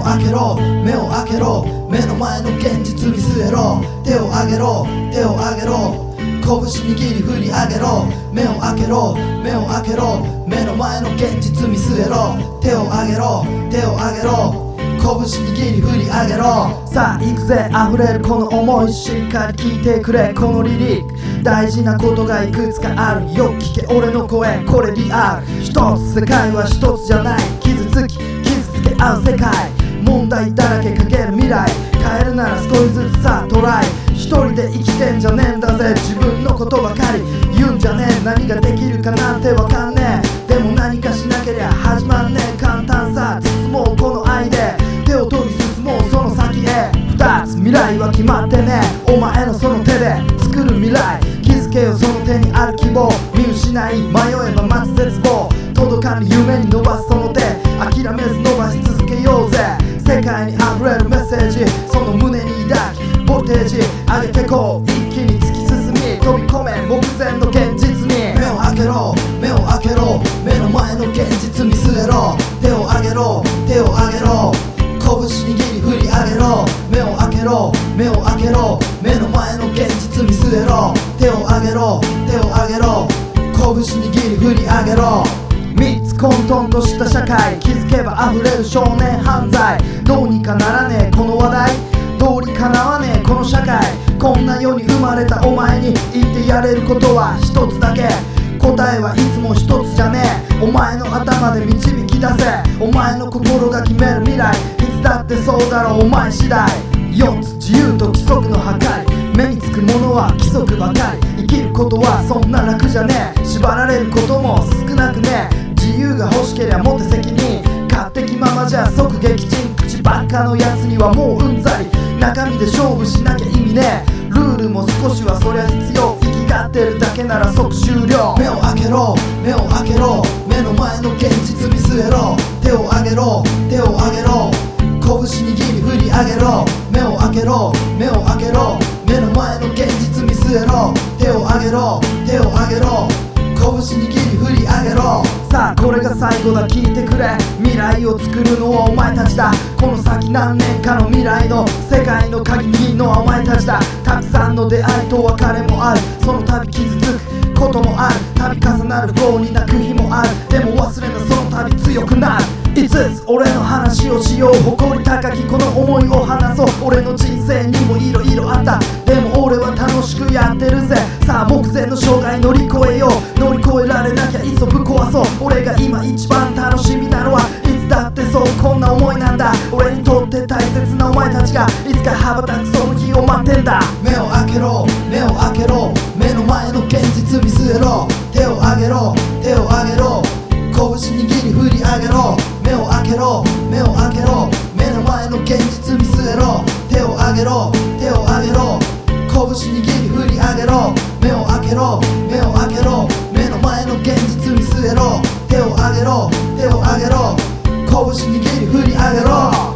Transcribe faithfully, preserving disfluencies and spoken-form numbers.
開けろ目を開けろ目の前の現実見据えろ手を上げろ手を上げろ拳握り振り上げろ目を開けろ目を開けろ目の前の現実見据えろ手を上げろ手を上げろ拳握り振り上げろさあ行くぜ溢れるこの想いしっかり聞いてくれこのリリック大事なことがいくつかあるよく聞け俺の声これリアル一つ世界は一つじゃない傷つき傷つけ合う世界問題だらけかける未来変えるなら少しずつさトライ一人で生きてんじゃねえんだぜ自分のことばかり言うんじゃねえ何ができるかなんてわかんねえでも何かしなけりゃ始まんねえ簡単さ包もうこの愛で手を取り進もうその先へ二つ未来は決まってねお前のその手で作る未来気づけよその手にある希望見失い迷えば待つ絶望届かぬ夢に伸ばすその手諦めず伸ばし続けようぜ世界に溢れるメッセージその胸に抱きボルテージ上げてこう一気に突き進み飛び込め目前の現実に目を開けろ目を開けろ目の前の現実見据えろ手を上げろ手を上げろ拳握り振り上げろ目を開けろ目を開けろ目の前の現実見据えろ手を上げろ手を上げろ拳握り振り上げろ三つ混沌とした社会気づけば溢れる少年犯罪どうにかならねえこの話題道理かなわねえこの社会こんな世に生まれたお前に言ってやれることは一つだけ答えはいつも一つじゃねえお前の頭で導き出せお前の心が決める未来いつだってそうだろうお前次第四つ自由と規則の計り目につくものは規則ばかり生きることはそんな楽じゃねえ縛られることも少なくねえ自由が欲しけりゃ持って責任勝手気ままじゃ即撃沈口ばっかのやつにはもううんざり中身で勝負しなきゃ意味ねえルールも少しはそりゃ必要生きがってるだけなら即終了目を開けろ目を開けろ目の前の現実見据えろ手を上げろ手を上げろ拳握り振り上げろ目を開けろ目を開けろ目の前の現実見据えろ手を上げろ手を上げろ拳握り振り上げろさあこれが最後だ聞いてくれ未来を作るのはお前たちだこの先何年かの未来の世界の鍵握るのはお前たちだたくさんの出会いと別れもあるその度傷つくこともある度重なる不幸に泣く日もあるでも忘れなその度強くなるいつつ俺の話をしよう誇り高きこの思いを話そう俺の人生にもいろいろあったでも俺は楽しくやってるぜさあ目前の障害乗り越えよう乗り越えられなきゃいっそぶっ壊そう俺が今一番楽しみなのはいつだってそうこんな思いなんだ俺にとって大切なお前たちがいつか羽ばたくその日を待ってんだ目を開けろ目を開けろ目の前の現実見据えろ手を上げろ手を上げろ拳握り振り上げろ目を開けろ目を開けろ目の前の現実見据えろ手を上げろ手を上げろ拳握り振り上げろ目を開けろ目を開けろ目の前の現実見据えろ手を上げろ手を上げろ拳握り振り上げろ